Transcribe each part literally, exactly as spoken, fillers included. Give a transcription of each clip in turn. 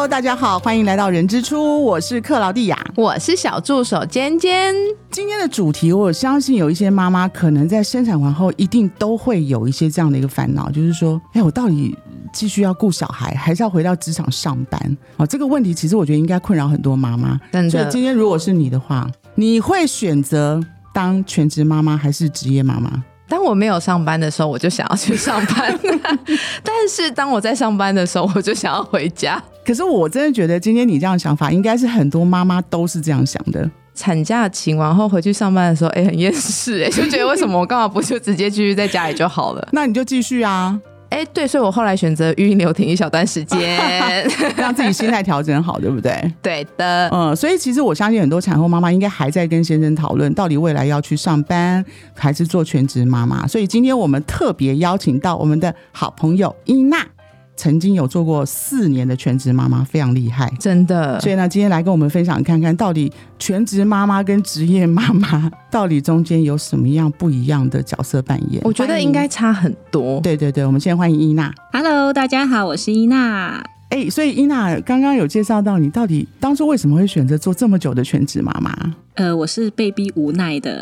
大家好，欢迎来到人之初，我是克劳蒂亚， 我是小助手尖尖。 今天的主题，我相信有一些妈妈可能在生产完后一定都会有一些这样的一个烦恼，就是说哎，我到底继续要顾小孩还是要回到职场上班、哦、这个问题其实我觉得应该困扰很多妈妈。真的，所以今天如果是你的话，你会选择当全职妈妈还是职业妈妈？ 当我没有上班的时候我就想要去上班但是当我在上班的时候我就想要回家。 可是我真的觉得今天你这样的想法应该是很多妈妈都是这样想的。 产假请完后回去上班的时候，哎、欸，很厌世，哎，就觉得为什么我干嘛不就直接继续在家里就好了？ 那你就继续啊。 哎、欸，对，所以我后来选择育婴留停一小段时间让自己心态调整好，对不对？ 对的。 嗯，所以其实我相信很多产后妈妈应该还在跟先生讨论到底未来要去上班还是做全职妈妈。所以今天我们特别邀请到我们的好朋友伊娜，曾经有做过四年的全职妈妈，非常厉害， 真的。 所以呢，今天来跟我们分享看看到底全职妈妈跟职业妈妈到底中间有什么样不一样的角色扮演。 我觉得应该差很多。 对对对，我们先欢迎伊娜。 Hello， 大家好，我是伊娜。 哎，所以伊娜刚刚有介绍到你到底当初为什么会选择做这么久的全职妈妈？ 呃，我是被逼无奈的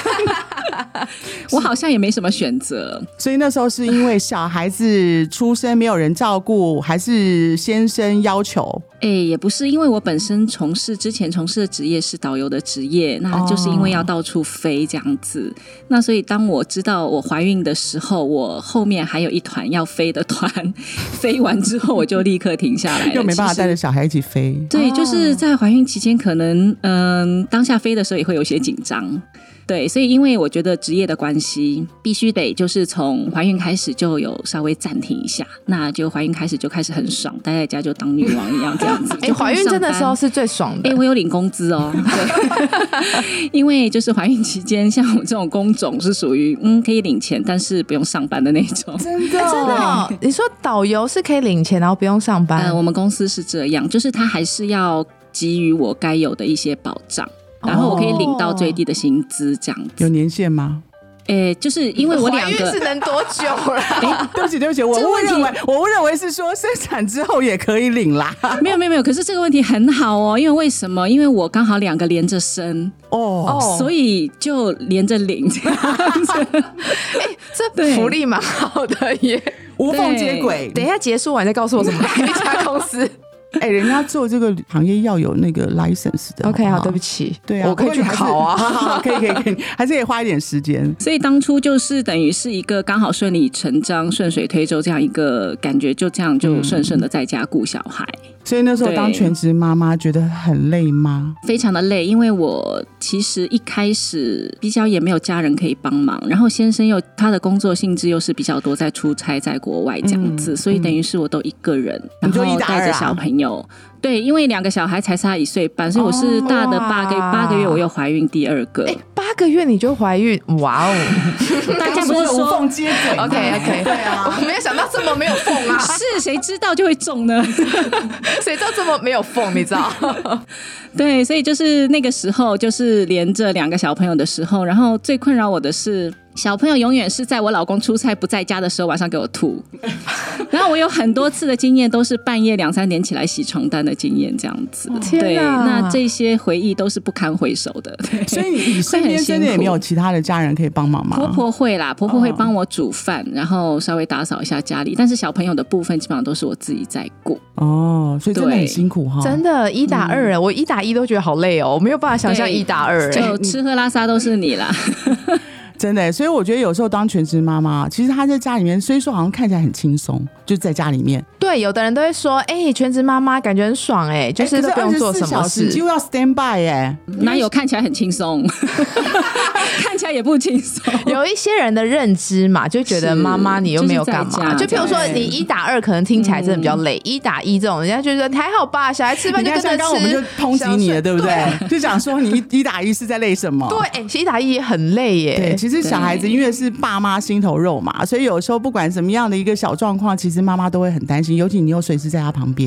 我好像也没什么选择。 所以那时候是因为小孩子出生没有人照顾，还是先生要求？ 哎，也不是，因为我本身从事之前从事的职业是导游的职业，那就是因为要到处飞这样子、哦、那所以当我知道我怀孕的时候，我后面还有一团要飞的团飞完之后我就立刻停下来了又没办法带着小孩一起飞。 对，就是在怀孕期间可能嗯、呃，当下飞的时候也会有些紧张。对，所以因为我觉得职业的关系必须得就是从怀孕开始就有稍微暂停一下，那就怀孕开始就开始很爽，待在家就当女王一样这样子哎、欸，怀孕真的时候是最爽的。 哎、欸，我有领工资哦对因为就是怀孕期间像我这种工种是属于嗯可以领钱但是不用上班的那种。 真的、 欸、真的、哦、你说导游是可以领钱然后不用上班？ 呃，我们公司是这样，就是他还是要给予我该有的一些保障，然后我可以领到最低的薪资这样子。 有年限吗？ 诶，就是因为我两个怀孕是能多久啦？ 欸、对不起对不起，我误认为我误认为是说生产之后也可以领啦。 没有没有没有，可是这个问题很好哦，因为为什么？因为我刚好两个连着生哦，所以就连着领这样子。 欸、这福利蛮好的耶， 无缝接轨。 等一下结束完再告诉我什么一家公司。 哎、欸，人家做这个行业要有那个 license 的。 OK， 好，对不起， 对啊， 我可以去考啊， 好好可以可以可以，还是可以花一点时间。 所以当初就是等于是一个刚好顺理成章、顺水推舟这样一个感觉，就这样就顺顺的在家顾小孩。嗯， 所以那时候当全职妈妈觉得很累吗？ 非常的累，因为我其实一开始比较也没有家人可以帮忙，然后先生又他的工作性质又是比较多，在出差在国外这样子、嗯、所以等于是我都一个人、嗯、然后带着小朋友。对，因为两个小孩才差一岁半，所以我是大的八个、哦、八个月我又怀孕第二个。 哎，八个月你就怀孕，哇哦！ 大家不是说无缝接轨 ？OK OK， 对啊，我没有想到这么没有缝啊！ 是谁知道就会中呢？ 谁知道这么没有缝？你知道？ 对，所以就是那个时候，就是连着两个小朋友的时候，然后最困扰我的是。小朋友永远是在我老公出差不在家的时候晚上给我吐然后我有很多次的经验都是半夜两三点起来洗床单的经验这样子。对，那这些回忆都是不堪回首的。 所以你身边真的也没有其他的家人可以帮忙吗？ 婆婆会啦，婆婆会帮我煮饭、哦、然后稍微打扫一下家里，但是小朋友的部分基本上都是我自己在顾。 哦，所以真的很辛苦哈， 真的，一打二、嗯、我一打一都觉得好累哦，我没有办法想象一打二， 就吃喝拉撒都是你啦真的，所以我觉得有时候当全职妈妈，其实她在家里面虽说好像看起来很轻松，就在家里面。对， 有的人都会说，哎、欸，全职妈妈感觉很爽、欸，哎，就是都不用做什么事， 几乎要 stand by 哎、欸， 哪有看起来很轻松？看起来也不轻松。 有一些人的认知嘛，就觉得妈妈你又没有干嘛，就比如说你一打二可能听起来真的比较累，一打一这种人家觉得还好吧，小孩吃饭就跟着吃。 刚刚我们就抨击你了，对不对？对就讲说你一打一是在累什么？ 对，哎、欸，一打一也很累耶。 对，其实小孩子因为是爸妈心头肉嘛，所以有时候不管什么样的一个小状况，其实妈妈都会很担心，尤其你又随时在他旁边。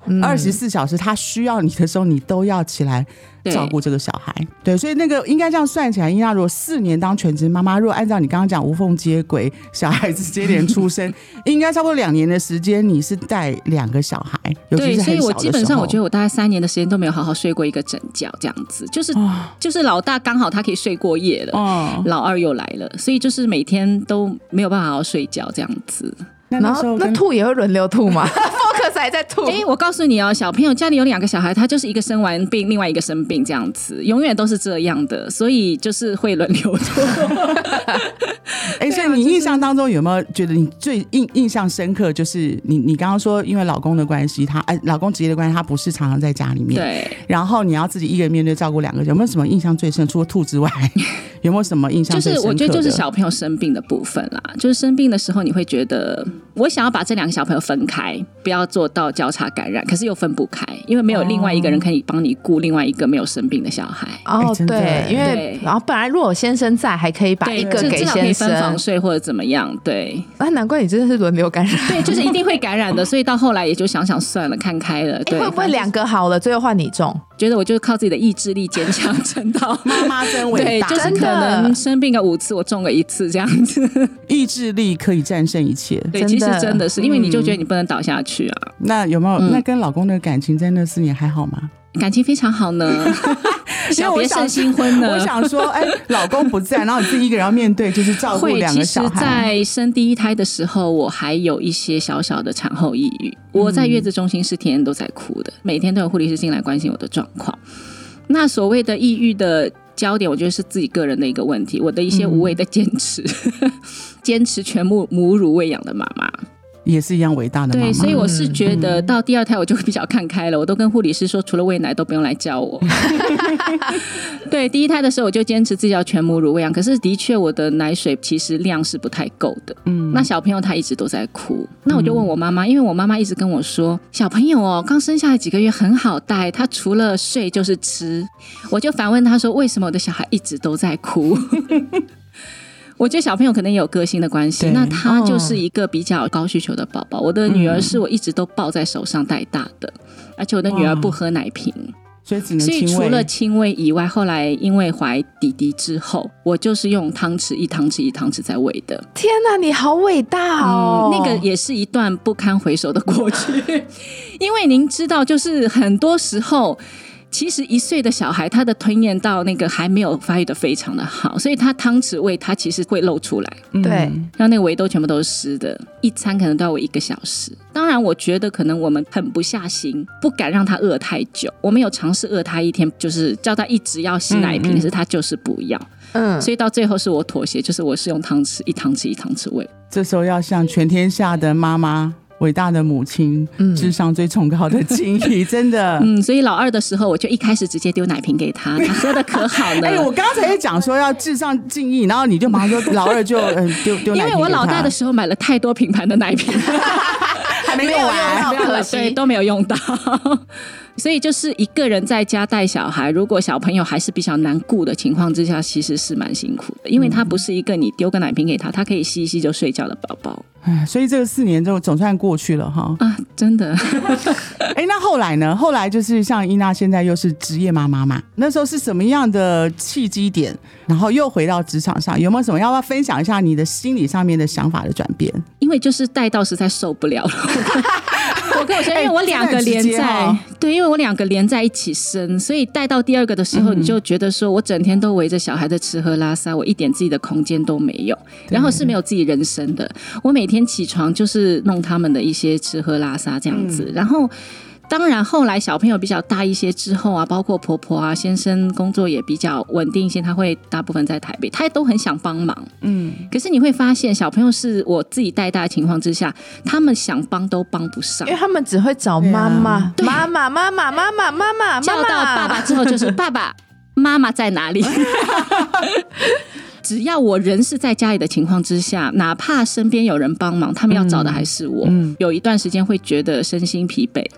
二十四小时他需要你的时候，你都要起来照顾这个小孩。对，所以那个应该这样算起来，应该如果四年当全职妈妈，如果按照你刚刚讲无缝接轨，小孩子接连出生，应该差不多两年的时间，你是带两个小孩，尤其是很小的时候。对，所以我基本上我觉得我大概三年的时间都没有好好睡过一个整觉，这样子，就是、哦、就是老大刚好他可以睡过夜了，哦、老二又来了，所以就是每天都没有办法好好睡觉这样子。 然后那吐也会轮流吐吗？Focus 还在吐。 哎、欸，我告诉你哦，小朋友家里有两个小孩，他就是一个生完病，另外一个生病这样子，永远都是这样的，所以就是会轮流吐。 哎、欸，所以你印象当中有没有觉得你最印印象深刻？就是你你刚刚说，因为老公的关系，他哎、老公职业的关系，他不是常常在家里面， 对。 然后你要自己一个人面对照顾两个人，有没有什么印象最深？除了吐之外，有没有什么印象最深刻的？ 就是我觉得就是小朋友生病的部分啦，就是生病的时候，你会觉得我想要把这两个小朋友分开，不要做到交叉感染，可是又分不开，因为没有另外一个人可以帮你顾另外一个没有生病的小孩。 哦， 欸、 对，因为然后本来如果先生在，还可以把一个给先生， 可以分房睡或者怎么样。对， 啊，难怪你真的是轮流感染。 对，就是一定会感染的，所以到后来也就想想算了，看开了。对， 欸、会不会两个好了，最后换你中？ 觉得我就是靠自己的意志力坚强撑到妈妈真伟大， 对，就是可能生病个五次，我中个一次这样子。 意志力可以战胜一切。 对，其实真的是，因为你就觉得你不能倒下去啊。 嗯、那有没有、嗯？那跟老公的感情在那四年还好吗？ 感情非常好呢。小别胜新婚呢。 我想说，哎、欸，老公不在，然后你自己一个人要面对，就是照顾两个小孩。 其实在生第一胎的时候，我还有一些小小的产后抑郁。我在月子中心是天天都在哭的，每天都有护理师进来关心我的状况。那所谓的抑郁的焦点，我觉得是自己个人的一个问题，我的一些无谓的坚持，嗯、坚持全部母乳喂养的妈妈。 也是一样伟大的妈妈。 对，所以我是觉得到第二胎我就比较看开了，我都跟护理师说，除了喂奶都不用来教我。对，第一胎的时候我就坚持自己要全母乳喂养，可是的确我的奶水其实量是不太够的。嗯，那小朋友他一直都在哭，那我就问我妈妈，因为我妈妈一直跟我说，小朋友哦，刚生下来几个月很好带，他除了睡就是吃。我就反问他说，为什么我的小孩一直都在哭？我觉得小朋友可能也有个性的关系，那他就是一个比较高需求的宝宝、哦。我的女儿是我一直都抱在手上带大的，而且我的女儿不喝奶瓶， 所以只能所以除了亲喂以外，后来因为怀弟弟之后，我就是用汤匙一汤匙一汤匙在喂的。 天哪，你好伟大哦、 嗯！那个也是一段不堪回首的过去，因为您知道，就是很多时候。其实一岁的小孩，他的吞咽道那个还没有发育的非常的好，所以他汤匙喂他其实会漏出来， 对， 然后那个围兜全部都是湿的，一餐可能都要喂一个小时。当然，我觉得可能我们狠不下心，不敢让他饿太久。我们有尝试饿他一天，就是叫他一直要吸奶瓶，可、嗯嗯、是他就是不要。嗯，所以到最后是我妥协，就是我是用汤匙一汤匙一汤匙喂。 这时候要向全天下的妈妈。伟大的母亲，智商最崇高的敬意，真的。 嗯，所以老二的时候，我就一开始直接丢奶瓶给他，他喝的可好了。 哎、欸，我刚才也讲说要致上敬意，然后你就马上说老二就嗯丢丢奶瓶给他。 因为我老大的时候买了太多品牌的奶瓶， 还没用完， 可惜对都没有用到。所以就是一个人在家带小孩，如果小朋友还是比较难顾的情况之下，其实是蛮辛苦的，因为他不是一个你丢个奶瓶给他，他可以吸一吸就睡觉的宝宝。 所以这个四年就总算过去了哈啊，真的。 哎，那后来呢？后来就是像伊娜现在又是职业妈妈嘛，那时候是什么样的契机点，然后又回到职场上，有没有什么要不要分享一下你的心理上面的想法的转变？ 因为就是带到实在受不了了。我跟我说，因为我两个连在、欸、对，因为我两个连在一起生，所以带到第二个的时候，你就觉得说我整天都围着小孩在吃喝拉撒，我一点自己的空间都没有，然后是没有自己人生的。我每天起床就是弄他们的一些吃喝拉撒这样子，嗯、然后。当然后来小朋友比较大一些之后啊，包括婆婆啊先生工作也比较稳定一些，他会大部分在台北，他都很想帮忙，嗯，可是你会发现小朋友是我自己带大的情况之下，他们想帮都帮不上， 因为他们只会找妈妈妈妈妈妈妈妈妈妈， 叫到爸爸之后就是爸爸妈妈在哪里只要我人是在家里的情况之下，哪怕身边有人帮忙，他们要找的还是我、嗯嗯、有一段时间会觉得身心疲惫，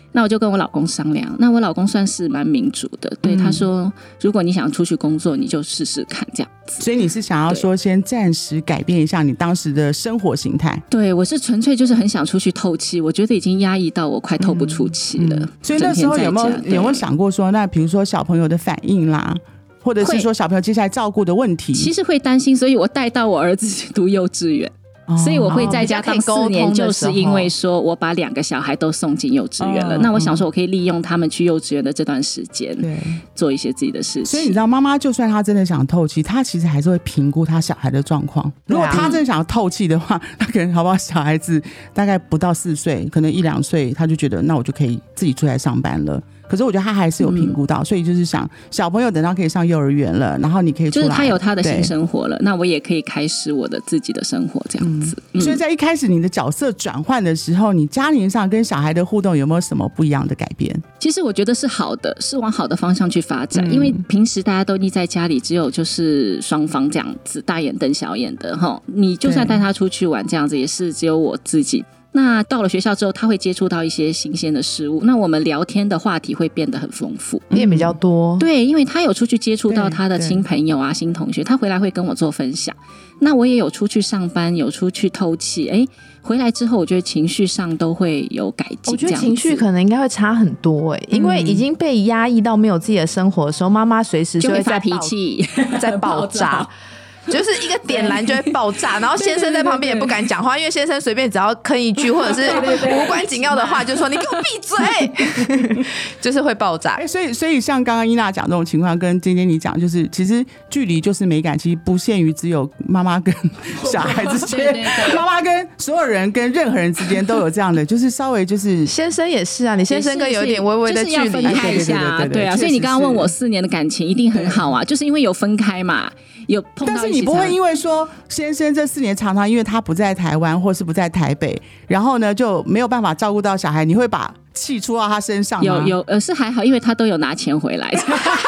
那我就跟我老公商量，那我老公算是蛮民主的，对、嗯、他说如果你想出去工作你就试试看这样子。 所以你是想要说先暂时改变一下你当时的生活形态？ 对，我是纯粹就是很想出去透气，我觉得已经压抑到我快透不出气了、嗯嗯、 所以那时候有没有有没有想过说，那比如说小朋友的反应啦，或者是说小朋友接下来照顾的问题？ 其实会担心，所以我带到我儿子读幼稚园，所以我会在家当四年，就是因为说我把两个小孩都送进幼稚园了、哦、那我想说我可以利用他们去幼稚园的这段时间做一些自己的事情。 所以你知道妈妈就算她真的想透气，她其实还是会评估她小孩的状况。如果她真的想要透气的话，她可能好不好小孩子大概不到四岁，可能一两岁，她就觉得那我就可以自己出来上班了。可是我觉得他还是有评估到、嗯、所以就是想小朋友等到可以上幼儿园了，然后你可以出来， 就是他有他的新生活了，那我也可以开始我的自己的生活这样子、嗯嗯、 所以在一开始你的角色转换的时候，你家庭上跟小孩的互动有没有什么不一样的改变？ 其实我觉得是好的，是往好的方向去发展、嗯、因为平时大家都腻在家里，只有就是双方这样子大眼瞪小眼的齁，你就算带他出去玩这样子也是只有我自己。那到了学校之后，他会接触到一些新鲜的事物，那我们聊天的话题会变得很丰富， 也比较多。 对，因为他有出去接触到他的新朋友啊、新同学，他回来会跟我做分享。那我也有出去上班，有出去透气，哎，回来之后我觉得情绪上都会有改进。 我觉得情绪可能应该会差很多哎、欸，因为已经被压抑到没有自己的生活的时候，妈妈随时就会发脾气， 在爆炸。就是一个点燃就会爆炸，然后先生在旁边也不敢讲话，因为先生随便只要吭一句或者是无关紧要的话，就说你给我闭嘴，就是会爆炸。 欸、所以，所以像刚刚伊娜讲这种情况，跟今天你讲，就是其实距离就是美感，其实不限于只有妈妈跟小孩之间，妈妈跟所有人跟任何人之间都有这样的，就是稍微就是先生也是啊，你先生跟有一点微微的距离， 就是要分开一下，对啊。所以你刚刚问我四年的感情一定很好啊，就是因为有分开嘛。有碰到， 但是你不会因为说先生这四年常常因为他不在台湾或是不在台北，然后呢就没有办法照顾到小孩，你会把气出到他身上吗？ 有有呃是还好，因为他都有拿钱回来。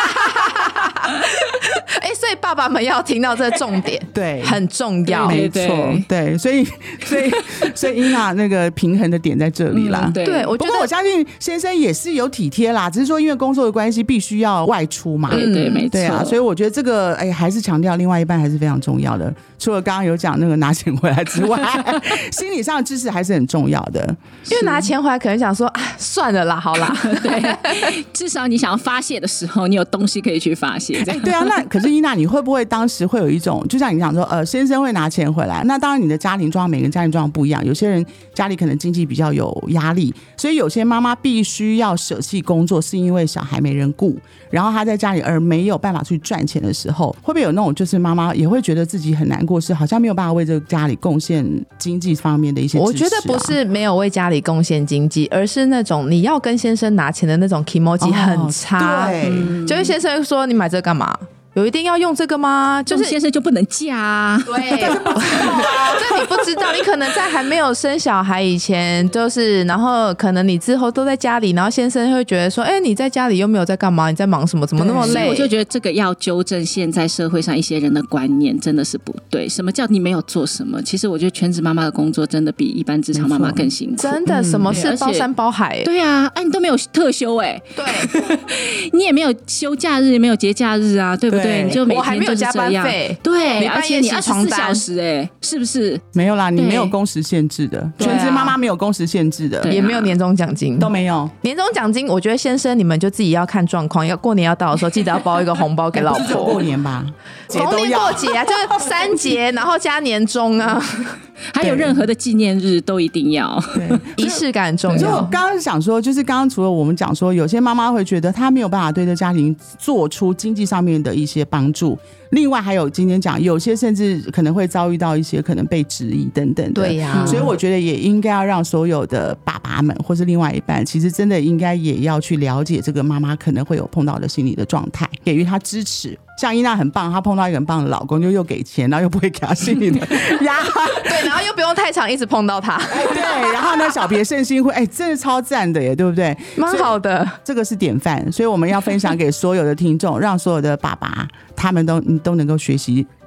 哎、欸，所以爸爸们要听到这个重点， 对， 很重要， 没错，对，所以所以所以伊娜那个平衡的点在这里啦。嗯、 对，对我觉得，不过我相信先生也是有体贴啦，只是说因为工作的关系必须要外出嘛， 对对，没错， 对啊，所以我觉得这个哎、欸、还是强调另外一半还是非常重要的。除了刚刚有讲那个拿钱回来之外，心理上的支持还是很重要的。 因为拿钱回来可能想说啊，算了啦，好啦， 对，至少你想要发泄的时候，你有东西可以去发泄。 哎、欸，对啊，那可是伊娜，你会不会当时会有一种，就像你讲说，呃，先生会拿钱回来，那当然你的家庭状况，每个人家庭状况不一样，有些人家里可能经济比较有压力，所以有些妈妈必须要舍弃工作，是因为小孩没人顾，然后她在家里而没有办法去赚钱的时候，会不会有那种就是妈妈也会觉得自己很难过，是好像没有办法为这个家里贡献经济方面的一些支持、啊？ 我觉得不是没有为家里贡献经济，而是那种你要跟先生拿钱的那种 kimoji 很差，哦、对、嗯，就是先生说你买这干嘛？有一定要用这个吗？就是先生就不能嫁啊？ 对，这你不知道，你可能在还没有生小孩以前，就是然后可能你之后都在家里，然后先生会觉得说，哎、欸，你在家里又没有在干嘛？你在忙什么？怎么那么累？ 我就觉得这个要纠正现在社会上一些人的观念，真的是不对。什么叫你没有做什么？其实我觉得全职妈妈的工作真的比一般职场妈妈更辛苦， 真的。什么是包山包海、欸？ 对啊，哎、啊，你都没有特休哎、欸， 对， 你也没有休假日，也没有节假日啊，对不对？对，你就每天就是这样，对，而且你二十四小时哎、欸，是不是？ 没有啦，你没有工时限制的，全职妈妈没有工时限制的， 啊、也没有年终奖金， 都没有。 年终奖金，我觉得先生你们就自己要看状况，要过年要到的时候，记得要包一个红包给老婆。 不是过年吧？ 逢年过节啊，就是三节，然后加年终啊， 还有任何的纪念日都一定要， 仪式感很重要。 所以我刚刚想说，就是刚刚除了我们讲说，有些妈妈会觉得她没有办法对这家庭做出经济上面的一些帮助。另外还有今天讲，有些甚至可能会遭遇到一些可能被质疑等等的， 对呀、啊。 所以我觉得也应该要让所有的爸爸们或是另外一半，其实真的应该也要去了解这个妈妈可能会有碰到的心理的状态，给予她支持。像伊娜很棒，她碰到一个很棒的老公，就又给钱，然后又不会给她心理的压力， 对，然后又不用太长一直碰到他， 哎，对，然后呢，小别胜新婚，哎，真的超赞的耶，对不对？ 蛮好的， 这个是典范，所以我们要分享给所有的听众，让所有的爸爸他们都都能够学习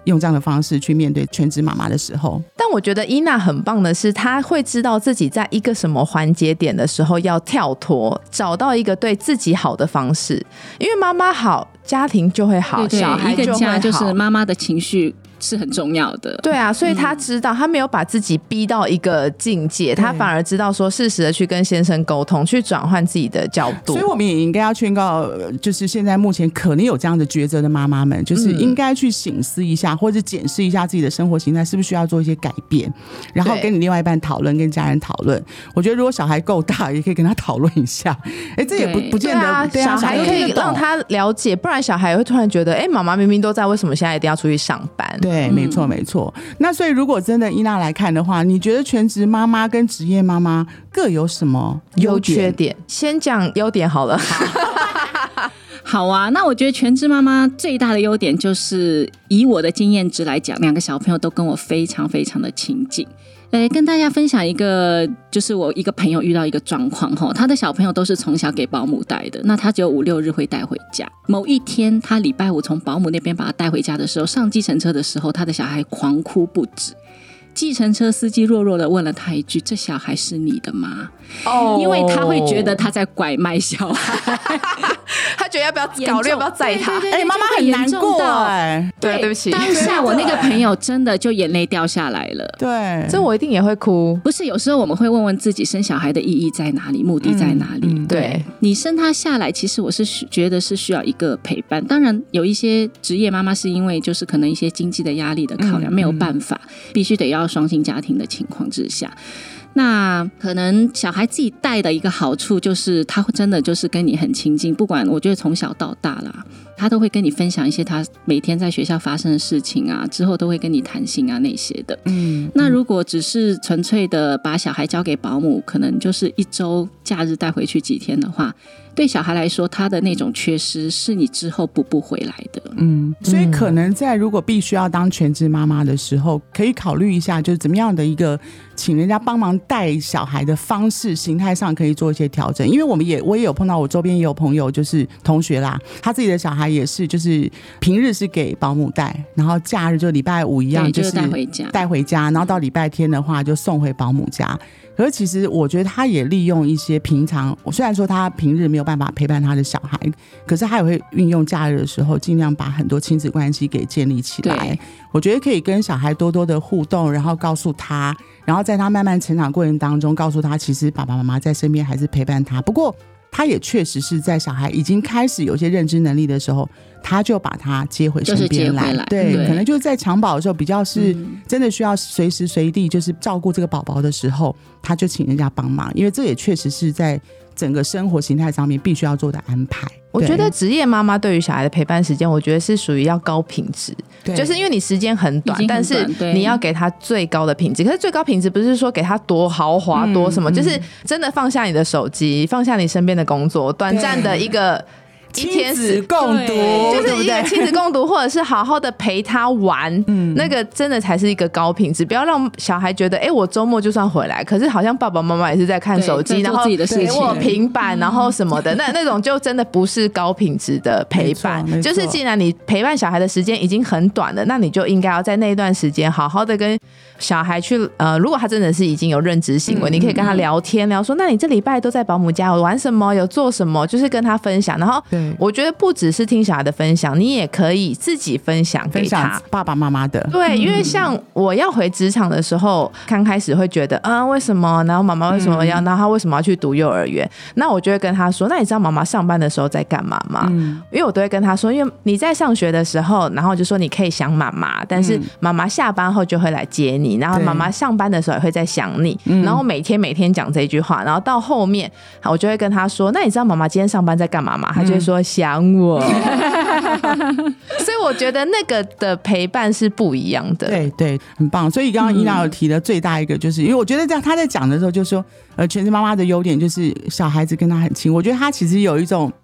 用这样的方式去面对全职妈妈的时候。 但我觉得伊娜很棒的是，她会知道自己在一个什么环节点的时候要跳脱，找到一个对自己好的方式。因为妈妈好，家庭就会好， 对对， 小孩就会好。 一个家就是妈妈的情绪是很重要的。 对啊，所以他知道、嗯、他没有把自己逼到一个境界，他反而知道说适时的去跟先生沟通，去转换自己的角度。 所以我们也应该要劝告，就是现在目前可能有这样的抉择的妈妈们，就是应该去省思一下、嗯、或者检视一下自己的生活形态是不是需要做一些改变，然后跟你另外一半讨论，跟家人讨论。我觉得如果小孩够大也可以跟他讨论一下，哎，这也 不, 不见得、 啊对啊、 小孩可以让他了解，不然小孩也会突然觉得哎，妈妈明明都在，为什么现在一定要出去上班？ 对，没错没错。那所以如果真的伊娜来看的话，你觉得全职妈妈跟职业妈妈各有什么优缺点？ 先讲优点好了。 好啊，那我觉得全职妈妈最大的优点就是以我的经验值来讲，两个小朋友都跟我非常非常的亲近。呃，跟大家分享一个，就是我一个朋友遇到一个状况齁，他的小朋友都是从小给保姆带的，那他只有五六日会带回家。某一天，他礼拜五从保姆那边把他带回家的时候，上计程车的时候，他的小孩狂哭不止。计程车司机弱弱的问了他一句：“这小孩是你的吗？”哦，因为他会觉得他在拐卖小孩， 他觉得要不要考虑要不要载他？ 哎，妈妈很难过哎。 对，对不起。 当下我那个朋友真的就眼泪掉下来了。 对， 这我一定也会哭。 不是，有时候我们会问问自己，生小孩的意义在哪里，目的在哪里？嗯嗯、对，你生他下来，其实我是觉得是需要一个陪伴。当然，有一些职业妈妈是因为就是可能一些经济的压力的考量，嗯、没有办法，必须得要双薪家庭的情况之下。那可能小孩自己带的一个好处就是他真的就是跟你很亲近，不管我觉得从小到大啦，他都会跟你分享一些他每天在学校发生的事情啊，之后都会跟你谈心啊那些的。嗯，那如果只是纯粹的把小孩交给保姆，可能就是一周假日带回去几天的话，对小孩来说他的那种缺失是你之后补不回来的。 嗯，所以可能在如果必须要当全职妈妈的时候，可以考虑一下就是怎么样的一个请人家帮忙带小孩的方式形态上可以做一些调整。因为我们也我也有碰到，我周边也有朋友就是同学啦，他自己的小孩也是就是平日是给保姆带，然后假日就礼拜五一样就是带回家带回家，然后到礼拜天的话就送回保姆家。可是其实我觉得他也利用一些平常，虽然说他平日没有办法陪伴他的小孩，可是他也会运用假日的时候尽量把很多亲子关系给建立起来。我觉得可以跟小孩多多的互动，然后告诉他，然后在他慢慢成长过程当中告诉他其实爸爸妈妈在身边还是陪伴他。不过他也确实是在小孩已经开始有些认知能力的时候，他就把他接回身边来， 就是、 对、 嗯、 可能就是在襁褓的时候比较是真的需要随时随地就是照顾这个宝宝的时候，他就请人家帮忙，因为这也确实是在整个生活形态上面必须要做的安排。 我觉得职业妈妈对于小孩的陪伴时间，我觉得是属于要高品质，就是因为你时间很短， 很短但是你要给他最高的品质。可是最高品质不是说给他多豪华多什么、嗯、就是真的放下你的手机，放下你身边的工作，短暂的一个一天亲子共读， 就是一个亲子共读，或者是好好的陪他玩、嗯、那个真的才是一个高品质。不要让小孩觉得哎、欸，我周末就算回来，可是好像爸爸妈妈也是在看手机，然后给我平板然后什么的，那那种就真的不是高品质的陪伴。就是既然你陪伴小孩的时间已经很短了，那你就应该要在那一段时间好好的跟小孩去呃，如果他真的是已经有认知行为、嗯、你可以跟他聊天，聊说那你这礼拜都在保姆家有玩什么，有做什么，就是跟他分享。然后我觉得不只是听小孩的分享，你也可以自己分享给他，分享爸爸妈妈的。 对，因为像我要回职场的时候，刚开始会觉得啊，为什么？然后妈妈为什么要？然后他为什么要去读幼儿园？那我就会跟他说，那你知道妈妈上班的时候在干嘛吗？嗯、因为我都会跟他说，因为你在上学的时候，然后就说你可以想妈妈，但是妈妈下班后就会来接你，然后妈妈上班的时候也会在想你，然后每天每天讲这句话，然后到后面我就会跟他说，那你知道妈妈今天上班在干嘛吗？他就会说想我。所以我觉得那个的陪伴是不一样的。 对对，很棒。所以刚刚伊娜有提的最大一个就是、嗯、因为我觉得这样他在讲的时候就说呃，全职妈妈的优点就是小孩子跟他很亲。我觉得他其实有一种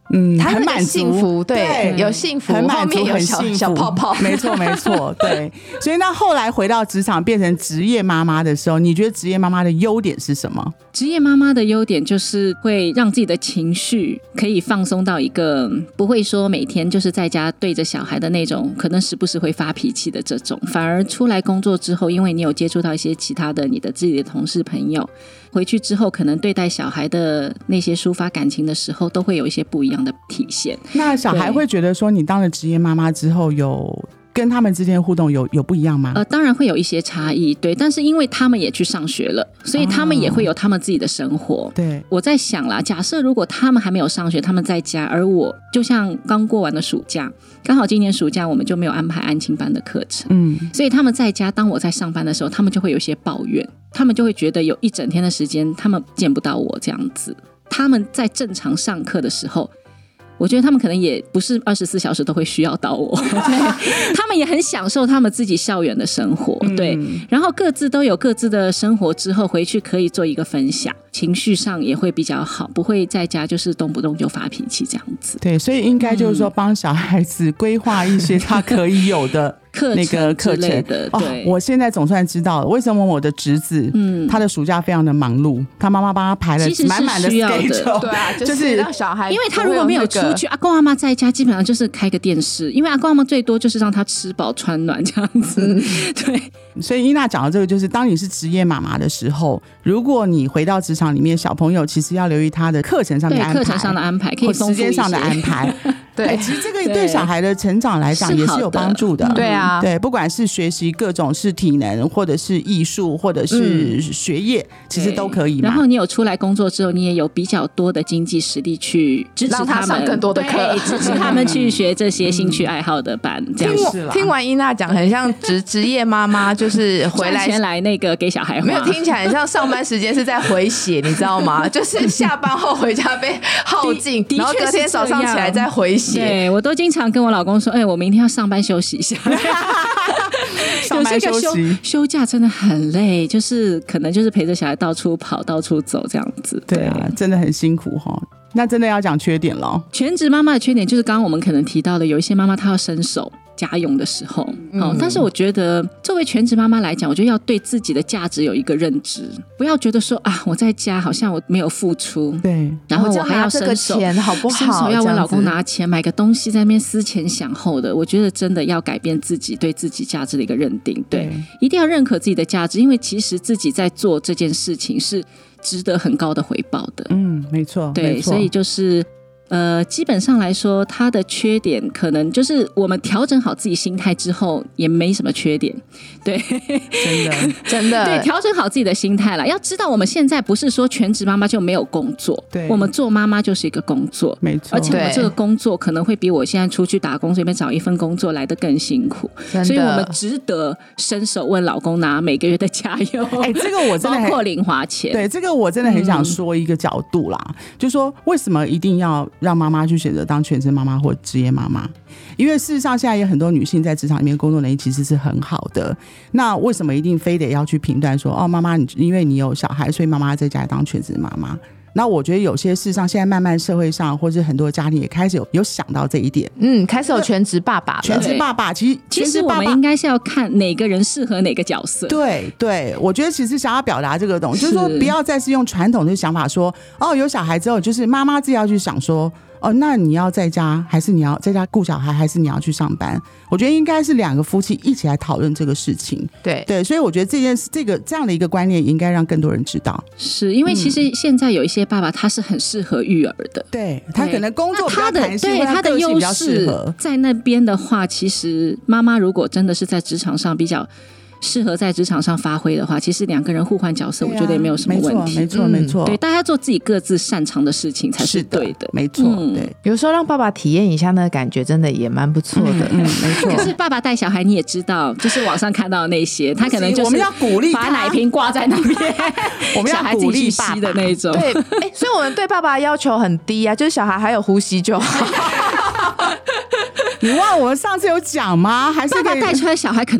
嗯， 他很满足， 幸福，对，有幸福， 很满足， 后面有小很幸福， 小泡泡， 没错没错，对。所以那后来回到职场变成职业妈妈的时候，你觉得职业妈妈的优点是什么？ 职业妈妈的优点就是会让自己的情绪可以放松到一个不会说每天就是在家对着小孩的那种，可能时不时会发脾气的这种，反而出来工作之后，因为你有接触到一些其他的你的自己的同事朋友，回去之后可能对待小孩的那些抒发感情的时候，都会有一些不一样的体现。 那小孩会觉得说你当了职业妈妈之后有跟他们之间的互动有有不一样吗？ 呃，当然会有一些差异，对，但是因为他们也去上学了，所以他们也会有他们自己的生活。 哦、对， 我在想啦，假设如果他们还没有上学，他们在家，而我就像刚过完的暑假，刚好今年暑假我们就没有安排安亲班的课程，嗯，所以他们在家，当我在上班的时候，他们就会有一些抱怨，他们就会觉得有一整天的时间他们见不到我这样子。他们在正常上课的时候，我觉得他们可能也不是二十四小时都会需要到我，对，他们也很享受他们自己校园的生活，对，嗯，然后各自都有各自的生活之后回去可以做一个分享，情绪上也会比较好，不会在家就是动不动就发脾气这样子。 对，所以应该就是说帮小孩子规划一些他可以有的那个课程的， 哦，我现在总算知道了为什么我的侄子，嗯，他的暑假非常的忙碌，他妈妈帮他排了满满的 schedule， 对啊，就是让小孩， 因为他如果没有出去，阿公阿妈在家基本上就是开个电视，因为阿公阿妈最多就是让他吃饱穿暖这样子，嗯，对。 所以伊娜讲的这个就是当你是职业妈妈的时候，如果你回到职场里面，小朋友其实要留意他的课程上的安排， 课程上的安排可以丰富一些， 时间上的安排对，欸，其实这个对小孩的成长来讲也是有帮助的， 对啊， 对，不管是学习各种是体能或者是艺术或者是学业，嗯，其实都可以嘛。 然后你有出来工作之后，你也有比较多的经济实力去支持他们， 让他上更多的课， 支持他们去学这些兴趣爱好的班，嗯，这样听, 听完伊娜讲很像职职业妈妈，就是回来前来那个给小孩花， 没有，听起来很像上班时间是在回血，你知道吗？就是下班后回家被耗尽，然后隔天早上起来再回血。 对，我都经常跟我老公说，哎，我明天要上班休息一下。 上班休息， 有些个休休假真的很累，就是可能就是陪着小孩到处跑、到处走这样子。 对, 对啊，真的很辛苦哈。那真的要讲缺点了。 全职妈妈的缺点就是刚刚我们可能提到的，有一些妈妈她要伸手家用的时候，嗯哦，但是我觉得作为全职妈妈来讲，我觉得要对自己的价值有一个认知，不要觉得说啊，我在家好像我没有付出， 对， 然后我还要伸手， 这个钱好不好？ 伸手要问老公拿钱，买个东西在那边思前想后的。我觉得真的要改变自己对自己价值的一个认定，对，对，一定要认可自己的价值，因为其实自己在做这件事情是值得很高的回报的。 嗯，没错， 对， 没错， 所以就是呃，基本上来说，它的缺点可能就是我们调整好自己心态之后，也没什么缺点。对， 真的， 真的， 对，调整好自己的心态啦。要知道，我们现在不是说全职妈妈就没有工作， 对， 我们做妈妈就是一个工作， 没错。 而且我这个工作可能会比我现在出去打工随便找一份工作来得更辛苦，所以我们值得伸手问老公拿每个月的家用。 哎，这个我真的包括零花钱。 对，这个我真的很想说一个角度啦，嗯，就是说为什么一定要让妈妈去选择当全职妈妈或职业妈妈？因为事实上现在有很多女性在职场里面工作能力其实是很好的，那为什么一定非得要去评断说哦，妈妈你因为你有小孩，所以妈妈在家里当全职妈妈？那我觉得有些事实上现在慢慢社会上或者很多家庭也开始有有想到这一点， 嗯，开始有全职爸爸了， 全职爸爸其实其实我们应该是要看哪个人适合哪个角色。 对对，我觉得其实想要表达这个东西，就是说不要再是用传统的想法说哦，有小孩之后就是妈妈自己要去想说哦，那你要在家还是你要在家顾小孩，还是你要去上班？我觉得应该是两个夫妻一起来讨论这个事情。 对对， 所以我觉得这件事，这个这样的一个观念，应该让更多人知道。 是因为其实现在有一些爸爸他是很适合育儿的， 对他可能工作比较弹性， 对他的优势合在那边的话，其实妈妈如果真的是在职场上比较适合在职场上发挥的话，其实两个人互换角色，我觉得也没有什么问题。 没错，没错， 对，大家做自己各自擅长的事情才是对的。 没错，对。 有时候让爸爸体验一下那个感觉，真的也蛮不错的。 嗯，没错。 可是爸爸带小孩，你也知道，就是网上看到的那些，他可能就是我们要鼓励把奶瓶挂在那边， 我们要鼓励爸爸的那种。 对，哎，所以我们对爸爸要求很低啊，就是小孩还有呼吸就好。 你忘了我们上次有讲吗？还是爸爸带出来小孩可能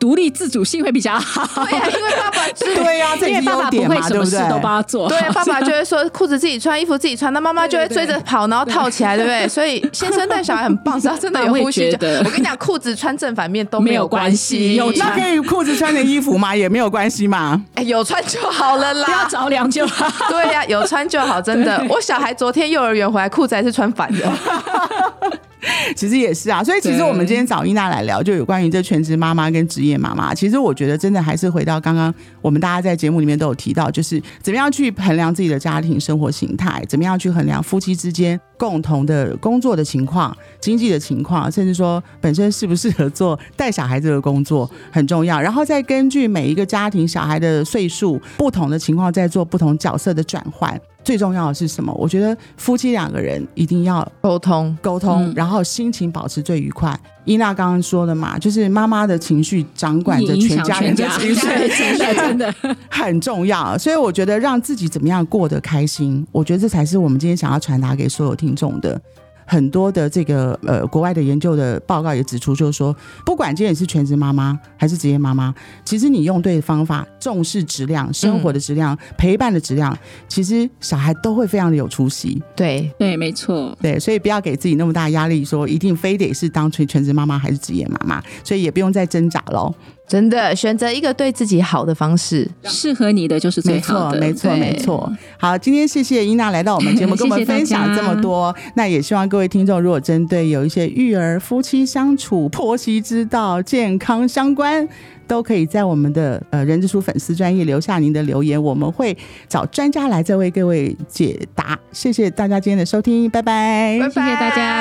独立自主性会比较好。 对呀、啊，因为爸爸对呀、啊，这也是优点嘛，对不对？ 都帮他做。 对，爸爸就会说裤子自己穿，衣服自己穿，那妈妈就会追着跑，然后套起来，对不对？所以先生带小孩很棒，只要真的有呼吸，我跟你讲，裤子穿正反面都没有关系。 有那可以裤子穿的衣服吗？也没有关系吗？ 哎，有穿就好了啦， 不要着凉就好。 对呀、啊，有穿就好，真的。我小孩昨天幼儿园回来，裤子还是穿反的。 其实也是啊，所以其实我们今天找伊娜来聊，就有关于这全职妈妈跟职业妈妈。其实我觉得真的还是回到刚刚我们大家在节目里面都有提到，就是怎么样去衡量自己的家庭生活形态，怎么样去衡量夫妻之间共同的工作的情况、经济的情况，甚至说本身适不适合做带小孩这个工作很重要。然后再根据每一个家庭小孩的岁数不同的情况，再做不同角色的转换。最重要的是什么？我觉得夫妻两个人一定要沟通沟通、嗯、然后心情保持最愉快。伊娜刚刚说的嘛，就是妈妈的情绪掌管着全家人的情绪， 真的很重要。所以我觉得让自己怎么样过得开心，我觉得这才是我们今天想要传达给所有听众的。很多的这个呃国外的研究的报告也指出，就是说不管今天你是全职妈妈还是职业妈妈，其实你用对方法，重视质量，生活的质量、嗯、陪伴的质量，其实小孩都会非常的有出息。 对对，没错。 对，所以不要给自己那么大压力，说一定非得是当全职妈妈还是职业妈妈，所以也不用再挣扎咯。 真的选择一个对自己好的方式， 适合你的就是最好的。 没错没错没错。好，今天谢谢伊娜来到我们节目跟我们分享这么多。那也希望各位听众如果针对有一些育儿、夫妻相处、婆媳之道、健康相关，都可以在我们的呃人之初粉丝专页留下您的留言，我们会找专家来再为各位解答。谢谢大家今天的收听，拜拜， 拜拜， 谢谢大家。